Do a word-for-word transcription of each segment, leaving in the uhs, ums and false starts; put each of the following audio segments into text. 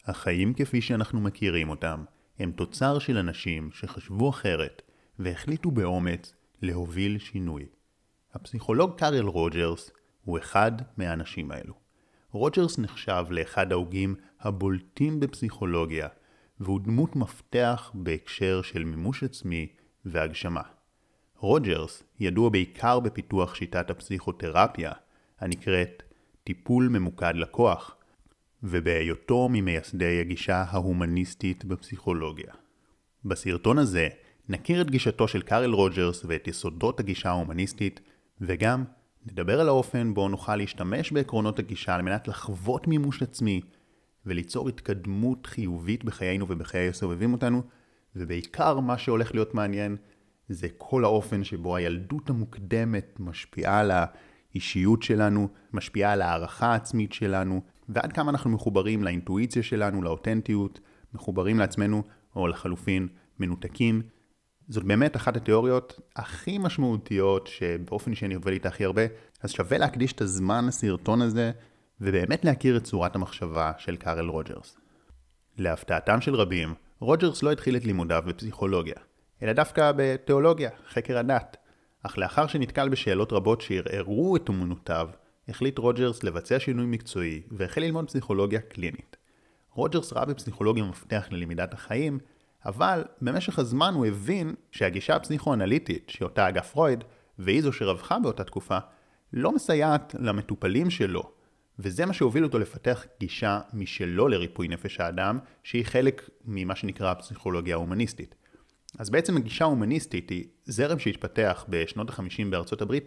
החיים כפי שאנחנו מכירים אותם הם תוצר של אנשים שחשבו אחרת והחליטו באומץ להוביל שינוי. הפסיכולוג קארל רוג'רס הוא אחד מהאנשים האלו. רוג'רס נחשב לאחד ההוגים הבולטים בפסיכולוגיה, והוא דמות מפתח בהקשר של מימוש עצמי והגשמה. רוג'רס ידוע בעיקר בפיתוח שיטת הפסיכותרפיה, הנקראת טיפול ממוקד לקוח, ובהיותו ממייסדי הגישה ההומניסטית בפסיכולוגיה. בסרטון הזה נכיר את גישתו של קארל רוג'רס ואת יסודות הגישה ההומניסטית, וגם נדבר על האופן בו נוכל להשתמש בעקרונות הגישה על מנת לחוות מימוש עצמי וליצור התקדמות חיובית בחיינו ובחיי הסובבים אותנו, ובעיקר מה שהולך להיות מעניין זה כל האופן שבו הילדות המוקדמת משפיעה על האישיות שלנו, משפיעה על הערכה העצמית שלנו, ועד כמה אנחנו מחוברים לאינטואיציה שלנו, לאותנטיות, מחוברים לעצמנו או לחלופין מנותקים. זאת באמת אחת התיאוריות הכי משמעותיות שבאופן שאני עובד איתה הכי הרבה, אז שווה להקדיש את הזמן לסרטון הזה ובאמת להכיר את צורת המחשבה של קארל רוג'רס. להפתעתם של רבים, רוג'רס לא התחיל את לימודיו בפסיכולוגיה, אלא דווקא בתיאולוגיה, חקר הדת. אך לאחר שנתקל בשאלות רבות שערערו את אמונותיו, החליט רוג'רס לבצע שינוי מקצועי והחל ללמוד פסיכולוגיה קלינית. רוג'רס ראה בפסיכולוגיה מפתח ללמידת החיים, אבל במשך הזמן הוא הבין שהגישה הפסיכואנליטית שאותה אגף פרויד, והיא זו שרווחה באותה תקופה, לא מסייעת למטופלים שלו, וזה מה שהוביל אותו לפתח גישה משלו לריפוי נפש האדם, שהיא חלק ממה שנקרא הפסיכולוגיה ההומניסטית. אז בעצם הגישה ההומניסטית היא זרם שהתפתח בשנות ה-חמישים בארצות הברית,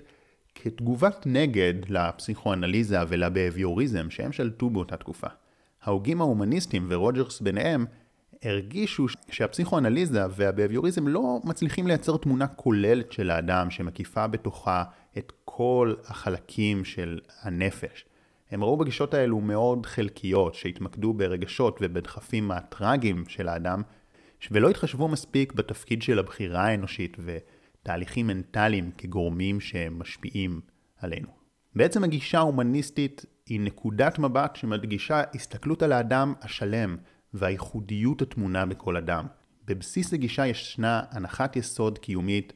כתגובת נגד לפסיכואנליזה ולבהביוריזם שהם שלטו באותה תקופה. ההוגים ההומניסטים ורוג'רס ביניהם הרגישו שהפסיכואנליזה והבהביוריזם לא מצליחים לייצר תמונה כוללת של האדם שמקיפה בתוכה את כל החלקים של הנפש. הם ראו בגישות האלו מאוד חלקיות שהתמקדו ברגשות ובדחפים הטרגיים של האדם, ולא התחשבו מספיק בתפקיד של הבחירה האנושית ותהליכים מנטליים כגורמים שמשפיעים עלינו. בעצם הגישה ההומניסטית היא נקודת מבט שמדגישה הסתכלות על האדם השלם והייחודיות התמונה בכל אדם. בבסיס הגישה ישנה הנחת יסוד קיומית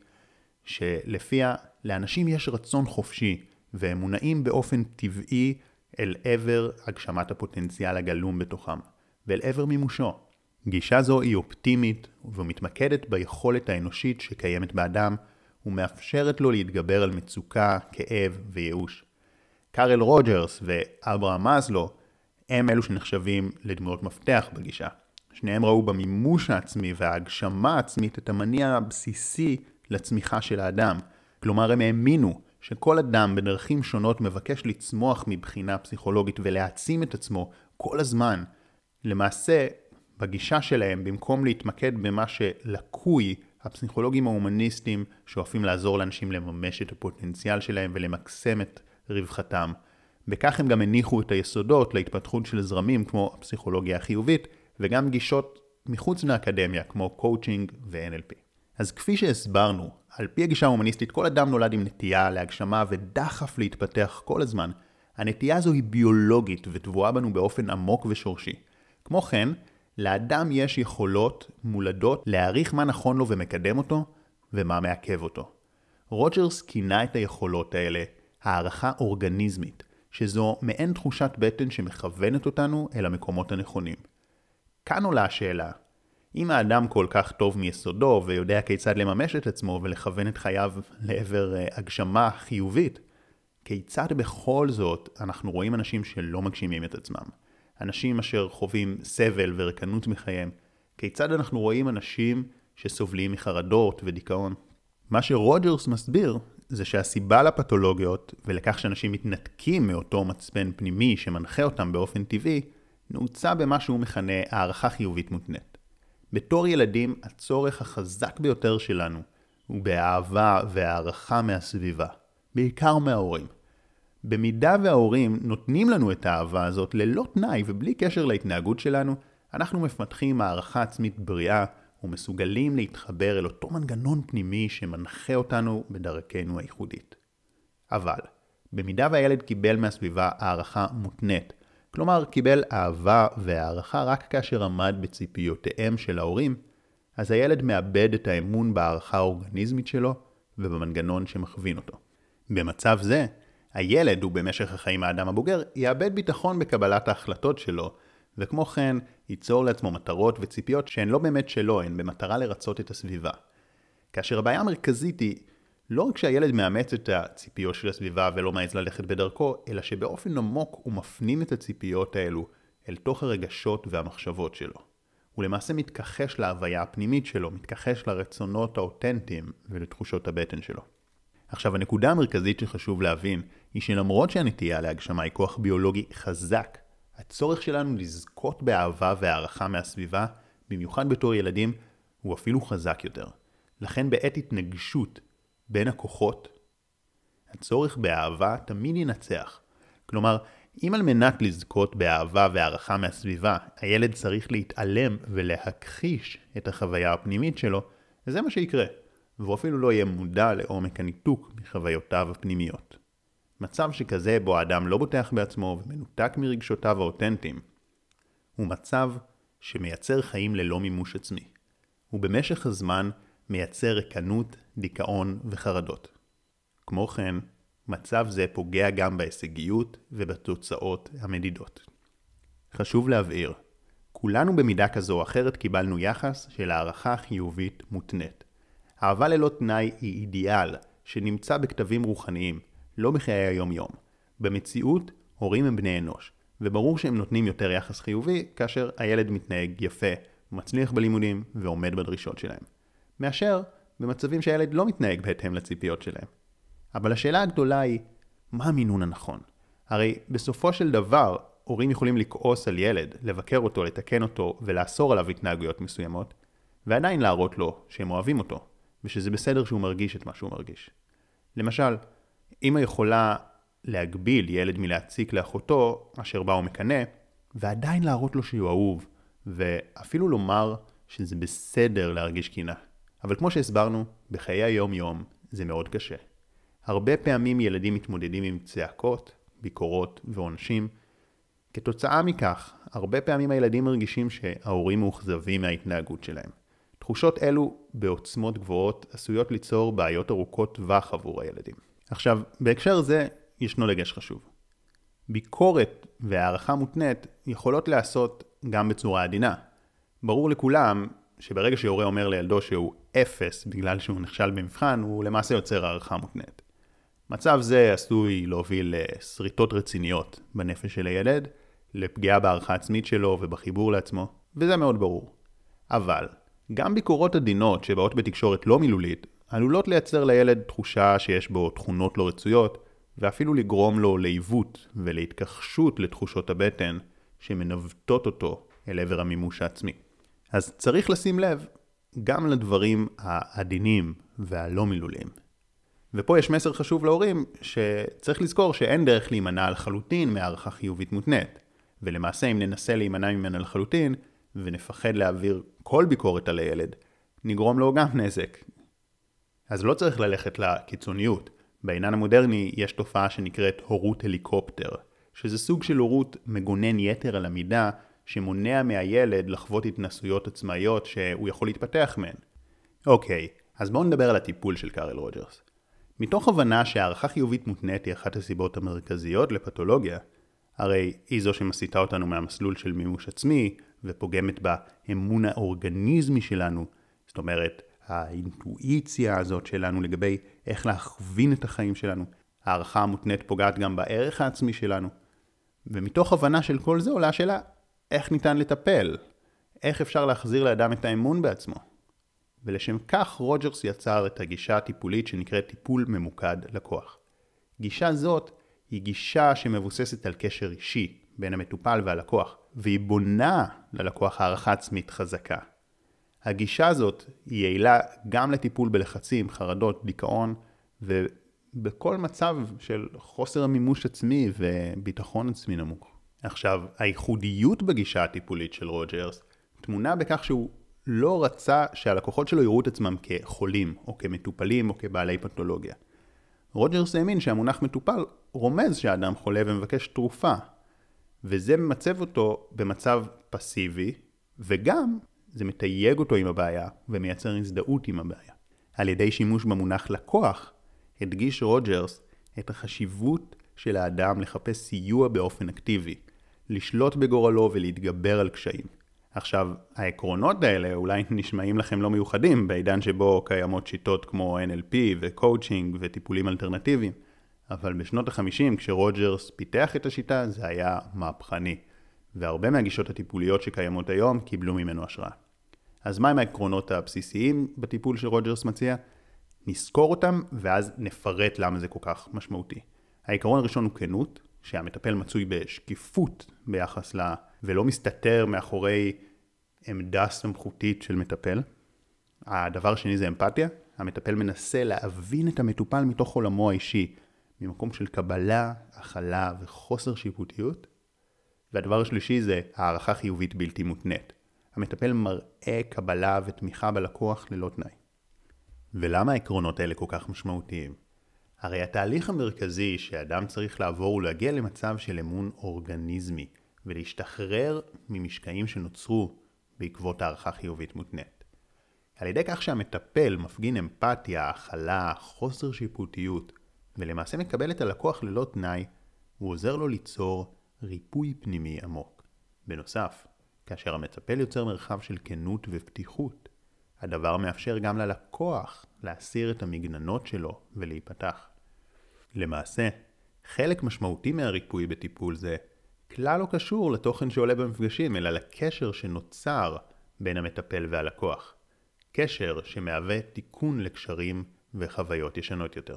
שלפיה לאנשים יש רצון חופשי והם מונעים באופן טבעי אל עבר הגשמת הפוטנציאל הגלום בתוכם ואל עבר מימושו. גישה זו היא אופטימית ומתמקדת ביכולת האנושית שקיימת באדם ומאפשרת לו להתגבר על מצוקה, כאב וייאוש. קארל רוג'רס ואברהם מאסלו הם אלו שנחשבים לדמויות מפתח בגישה. שניהם ראו במימוש העצמי וההגשמה העצמית את המניע הבסיסי לצמיחה של האדם. כלומר הם האמינו שכל אדם בדרכים שונות מבקש לצמוח מבחינה פסיכולוגית ולהעצים את עצמו כל הזמן. למעשה בגישה שלהם, במקום להתמקד במה שלקוי, הפסיכולוגים ההומניסטים שואפים לעזור לאנשים לממש את הפוטנציאל שלהם ולמקסם את רווחתם. בכך הם גם הניחו את היסודות להתפתחות של זרמים כמו הפסיכולוגיה החיובית, וגם גישות מחוץ לאקדמיה כמו קואוצ'ינג ו-אן אל פי. אז כפי שהסברנו, על פי הגישה ההומניסטית כל אדם נולד עם נטייה להגשמה ודחף להתפתח כל הזמן. הנטייה הזו היא ביולוגית וטבועה בנו באופן עמוק ושורשי. כמו כן, לאדם יש יכולות מולדות להעריך מה נכון לו ומקדם אותו ומה מעכב אותו. רוג'רס כינה את היכולות האלה הערכה אורגניזמית, שזו מעין תחושת בטן שמכוונת אותנו אל המקומות הנכונים. כאן עולה השאלה, אם האדם כל כך טוב מיסודו ויודע כיצד לממש את עצמו ולכוון את חייו לעבר הגשמה חיובית, כיצד בכל זאת אנחנו רואים אנשים שלא מגשימים את עצמם? אנשים אשר חווים סבל ורקנות מחייהם, כיצד אנחנו רואים אנשים שסובלים מחרדות ודיכאון? מה שרוג'רס מסביר זה שהסיבה לפתולוגיות ולכך שאנשים מתנתקים מאותו מצפן פנימי שמנחה אותם באופן טבעי, נעוצה במה שהוא מכנה הערכה חיובית מותנית. בתור ילדים הצורך החזק ביותר שלנו הוא באהבה והערכה מהסביבה, בעיקר מההורים. במידה וההורים נותנים לנו את האהבה הזאת ללא תנאי ובלי קשר להתנהגות שלנו, אנחנו מפתחים הערכה עצמית בריאה ומסוגלים להתחבר אל אותו מנגנון פנימי שמנחה אותנו בדרכנו הייחודית. אבל, במידה והילד קיבל מהסביבה הערכה מותנית, כלומר קיבל אהבה והערכה רק כאשר עמד בציפיותיהם של ההורים, אז הילד מאבד את האמון בהערכה האורגניזמית שלו ובמנגנון שמכווין אותו. במצב זה, הילד ובמשך החיים האדם הבוגר יאבד ביטחון בקבלת ההחלטות שלו, וכמו כן ייצור לעצמו מטרות וציפיות שהן לא באמת שלו, הן במטרה לרצות את הסביבה. כאשר הבעיה המרכזית היא לא רק שהילד מאמץ את הציפיות של הסביבה ולא מעז ללכת בדרכו, אלא שבאופן עמוק הוא מפנים את הציפיות האלו אל תוך הרגשות והמחשבות שלו. הוא למעשה מתכחש להוויה הפנימית שלו, מתכחש לרצונות האותנטיים ולתחושות הבטן שלו. עכשיו, הנקודה המרכזית שחשוב להבין היא שלמרות שהנטייה להגשמה היא כוח ביולוגי חזק, הצורך שלנו לזכות באהבה והערכה מהסביבה, במיוחד בתור ילדים, הוא אפילו חזק יותר. לכן בעת התנגשות בין הכוחות, הצורך באהבה תמיד ינצח. כלומר, אם על מנת לזכות באהבה והערכה מהסביבה, הילד צריך להתעלם ולהכחיש את החוויה הפנימית שלו, זה מה שיקרה, והוא אפילו לא יהיה מודע לעומק הניתוק מחוויותיו הפנימיות. מצב שכזה בו האדם לא בוטח בעצמו ומנותק מרגשותיו האותנטיים, הוא מצב שמייצר חיים ללא מימוש עצמי. ובמשך הזמן מייצר ריקנות, דיכאון וחרדות. כמו כן, מצב זה פוגע גם בהישגיות ובתוצאות המדידות. חשוב להבהיר, כולנו במידה כזו או אחרת קיבלנו יחס של הערכה חיובית מותנית. אהבה ללא תנאי היא אידיאל שנמצא בכתבים רוחניים, לא בחיי היום-יום. במציאות, הורים הם בני אנוש, וברור שהם נותנים יותר יחס חיובי כאשר הילד מתנהג יפה, מצליח בלימודים ועומד בדרישות שלהם. מאשר במצבים שהילד לא מתנהג בהתאם לציפיות שלהם. אבל השאלה הגדולה היא, מה המינון הנכון? הרי בסופו של דבר, הורים יכולים לכעוס על ילד, לבקר אותו, לתקן אותו ולאסור עליו התנהגויות מסוימות, ועדיין להראות לו שהם אוהבים אותו, ושזה בסדר שהוא מרגיש את מה שהוא מרגיש. למשל, אמא יכולה להגביל ילד מלהציק לאחותו, אשר בה הוא מקנה, ועדיין להראות לו שהוא אהוב, ואפילו לומר שזה בסדר להרגיש קינה. אבל כמו שהסברנו, בחיי היום-יום זה מאוד קשה. הרבה פעמים ילדים מתמודדים עם צעקות, ביקורות ועונשים. כתוצאה מכך, הרבה פעמים הילדים מרגישים שההורים מאוכזבים מההתנהגות שלהם. תחושות אלו בעוצמות גבוהות עשויות ליצור בעיות ארוכות טווח עבור הילדים. עכשיו, בהקשר זה ישנו דגש חשוב. ביקורת והערכה מותנית יכולות לעשות גם בצורה עדינה. ברור לכולם שברגע שהורה אומר לילדו שהוא אפס בגלל שהוא נכשל במבחן, הוא למעשה יוצר הערכה מותנית. מצב זה עשוי להוביל לסריטות רציניות בנפש של הילד, לפגיעה בהערכה עצמית שלו ובחיבור לעצמו, וזה מאוד ברור. אבל גם ביקורות עדינות שבאות בתקשורת לא מילולית, עלולות לייצר לילד תחושה שיש בו תכונות לא רצויות, ואפילו לגרום לו לעיוות ולהתכחשות לתחושות הבטן שמנווטות אותו אל עבר המימוש העצמי. אז צריך לשים לב גם לדברים העדינים והלא מילוליים. ופה יש מסר חשוב להורים שצריך לזכור שאין דרך להימנע לחלוטין מהערכה חיובית מותנית. ולמעשה אם ננסה להימנע ממנה לחלוטין ונפחד להעביר כל ביקורת על הילד, נגרום לו גם נזק. אז לא צריך ללכת לקיצוניות. בעניין המודרני יש תופעה שנקראת הורות הליקופטר, שזה סוג של הורות מגונן יתר על המידה שמונע מהילד לחוות התנסויות עצמאיות שהוא יכול להתפתח מהן. אוקיי, אז בואו נדבר על הטיפול של קארל רוג'רס. מתוך הבנה שהערכה חיובית מותנית היא אחת הסיבות המרכזיות לפתולוגיה, הרי היא זו שמסיטה אותנו מהמסלול של מימוש עצמי ופוגמת באמון האורגניזמי שלנו, זאת אומרת, האינטואיציה הזאת שלנו לגבי איך להכווין את החיים שלנו. הערכה המותנית פוגעת גם בערך העצמי שלנו. ומתוך הבנה של כל זה עולה השאלה, איך ניתן לטפל? איך אפשר להחזיר לאדם את האמון בעצמו? ולשם כך רוג'רס יצר את הגישה הטיפולית שנקראת טיפול ממוקד לקוח. גישה זאת היא גישה שמבוססת על קשר אישי בין המטופל והלקוח, והיא בונה ללקוח הערכה עצמית חזקה. הגישה הזאת היא יעילה גם לטיפול בלחצים, חרדות, דיכאון, ובכל מצב של חוסר המימוש עצמי וביטחון עצמי נמוך. עכשיו, הייחודיות בגישה הטיפולית של רוג'רס תמונה בכך שהוא לא רצה שהלקוחות שלו יראו את עצמם כחולים, או כמטופלים, או כבעלי פתולוגיה. רוג'רס האמין שהמונח מטופל רומז שהאדם חולה ומבקש תרופה. וזה מצב אותו במצב פסיבי, וגם זה מתייג אותו עם הבעיה ומייצר הזדהות עם הבעיה. על ידי שימוש במונח לקוח, הדגיש רוג'רס את החשיבות של האדם לחפש סיוע באופן אקטיבי, לשלוט בגורלו ולהתגבר על קשיים. עכשיו, העקרונות האלה אולי נשמעים לכם לא מיוחדים בעידן שבו קיימות שיטות כמו אן אל פי וקואוצ'ינג וטיפולים אלטרנטיביים, אבל בשנות ה-חמישים כשרוג'רס פיתח את השיטה זה היה מהפכני, והרבה מהגישות הטיפוליות שקיימות היום קיבלו ממנו השראה. אז מה הם העקרונות הבסיסיים בטיפול שרוג'רס מציע? נזכור אותם ואז נפרט למה זה כל כך משמעותי. העיקרון הראשון הוא כנות, שהמטפל מצוי בשקיפות ביחס לה, ולא מסתתר מאחורי עמדה סמכותית של מטפל. הדבר השני זה אמפתיה. המטפל מנסה להבין את המטופל מתוך עולמו האישי, ממקום של קבלה, הכלה וחוסר שיפוטיות. והדבר השלישי זה הערכה חיובית בלתי מותנית. המטפל מראה קבלה ותמיכה בלקוח ללא תנאי. ולמה העקרונות האלה כל כך משמעותיים? הרי התהליך המרכזי שאדם צריך לעבור הוא להגיע למצב של אמון אורגניזמי, ולהשתחרר ממשקעים שנוצרו בעקבות הערכה חיובית מותנית. על ידי כך שהמטפל מפגין אמפתיה, הכלה, חוסר שיפוטיות, ולמעשה מקבל את הלקוח ללא תנאי, הוא עוזר לו ליצור ריפוי פנימי עמוק. בנוסף, כאשר המטפל יוצר מרחב של כנות ופתיחות, הדבר מאפשר גם ללקוח להסיר את המגננות שלו ולהיפתח. למעשה, חלק משמעותי מהריפוי בטיפול זה כלל לא קשור לתוכן שעולה במפגשים, אלא לקשר שנוצר בין המטפל והלקוח. קשר שמהווה תיקון לקשרים וחוויות ישנות יותר.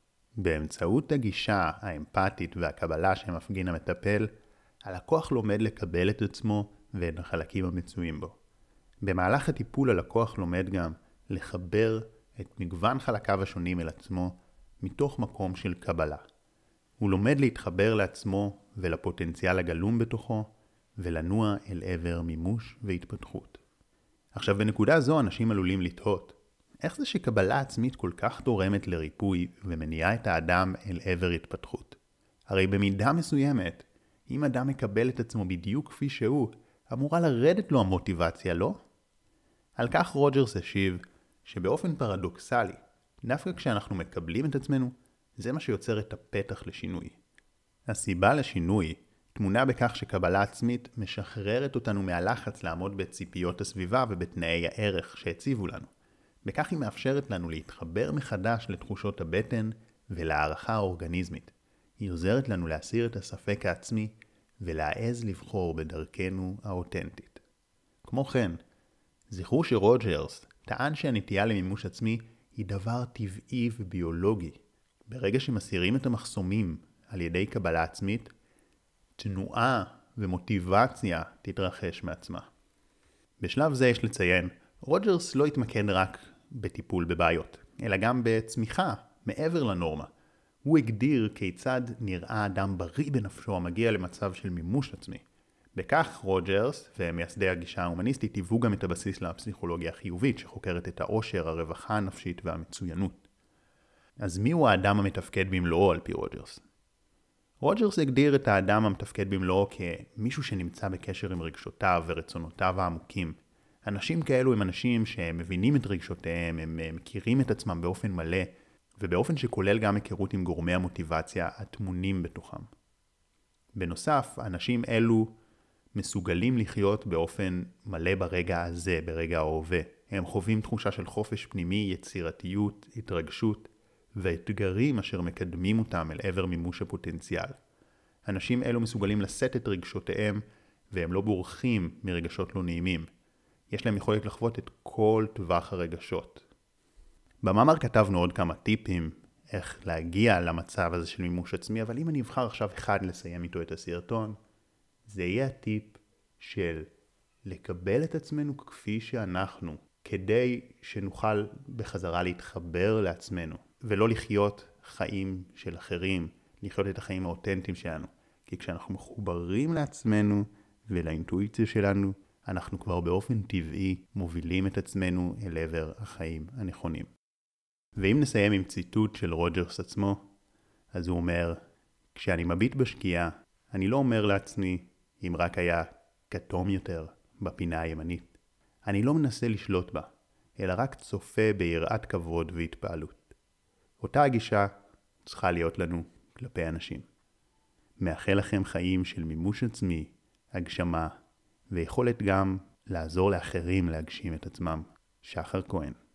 באמצעות הגישה האמפתית והקבלה שמפגין המטפל, הלקוח לומד לקבל את עצמו ואת החלקים המצויים בו. במהלך הטיפול הלקוח לומד גם לחבר את מגוון חלקיו השונים אל עצמו מתוך מקום של קבלה. הוא לומד להתחבר לעצמו ולפוטנציאל הגלום בתוכו ולנוע אל עבר מימוש והתפתחות. עכשיו בנקודה זו אנשים עלולים לתהות, איך זה שקבלה עצמית כל כך תורמת לריפוי ומניעה את האדם אל עבר התפתחות? הרי במידה מסוימת, אם אדם מקבל את עצמו בדיוק כפי שהוא, אמורה לרדת לו המוטיבציה, לא? על כך רוג'רס השיב שבאופן פרדוקסלי, דווקא כשאנחנו מקבלים את עצמנו, זה מה שיוצר את הפתח לשינוי. הסיבה לשינוי תמונה בכך שקבלה עצמית משחררת אותנו מהלחץ לעמוד בציפיות הסביבה ובתנאי הערך שהציבו לנו. בכך היא מאפשרת לנו להתחבר מחדש לתחושות הבטן ולהערכה האורגניזמית. היא עוזרת לנו להסיר את הספק העצמי ולהעז לבחור בדרכנו האותנטית. כמו כן, זכרו שרוג'רס טען שהנטייה למימוש עצמי היא דבר טבעי וביולוגי. ברגע שמסירים את המחסומים על ידי קבלה עצמית, תנועה ומוטיבציה תתרחש מעצמה. בשלב זה יש לציין, רוג'רס לא התמקד רק בטיפול בבעיות, אלא גם בצמיחה מעבר לנורמה. הוא הגדיר כיצד נראה אדם בריא בנפשו המגיע למצב של מימוש עצמי. בכך רוג'רס ומייסדי הגישה ההומניסטית היוו גם את הבסיס לפסיכולוגיה החיובית שחוקרת את העושר, הרווחה הנפשית והמצוינות. אז מי הוא האדם המתפקד במלואו על פי רוג'רס? רוג'רס הגדיר את האדם המתפקד במלואו כמישהו שנמצא בקשר עם רגשותיו ורצונותיו העמוקים. אנשים כאלו הם אנשים שמבינים את רגשותיהם, הם מכירים את עצמם באופן מלא, ובאופן שכולל גם היכרות עם גורמי המוטיבציה הטמונים בתוכם. בנוסף, אנשים אלו מסוגלים לחיות באופן מלא ברגע הזה, ברגע ההווה. הם חווים תחושה של חופש פנימי, יצירתיות, התרגשות, ואתגרים אשר מקדמים אותם אל עבר מימוש הפוטנציאל. אנשים אלו מסוגלים לשאת את רגשותיהם, והם לא בורחים מרגשות לא נעימים. יש להם יכולת לחוות את כל טווח הרגשות. במאמר כתבנו עוד כמה טיפים איך להגיע למצב הזה של מימוש עצמי, אבל אם אני אבחר עכשיו אחד לסיים איתו את הסרטון, זה יהיה הטיפ של לקבל את עצמנו כפי שאנחנו, כדי שנוכל בחזרה להתחבר לעצמנו, ולא לחיות חיים של אחרים, לחיות את החיים האותנטיים שלנו. כי כשאנחנו מחוברים לעצמנו ולאינטואיציה שלנו, אנחנו כבר באופן טבעי מובילים את עצמנו אל עבר החיים הנכונים. ואם נסיים עם ציטוט של רוג'רס עצמו, אז הוא אומר, כשאני מביט בשקיעה, אני לא אומר לעצמי, אם רק היה כתום יותר בפינה הימנית. אני לא מנסה לשלוט בה, אלא רק צופה ביראת כבוד והתפעלות. אותה הגישה צריכה להיות לנו כלפי אנשים. מאחל לכם חיים של מימוש עצמי, הגשמה, ויכולת גם לעזור לאחרים להגשים את עצמם. שחר כהן.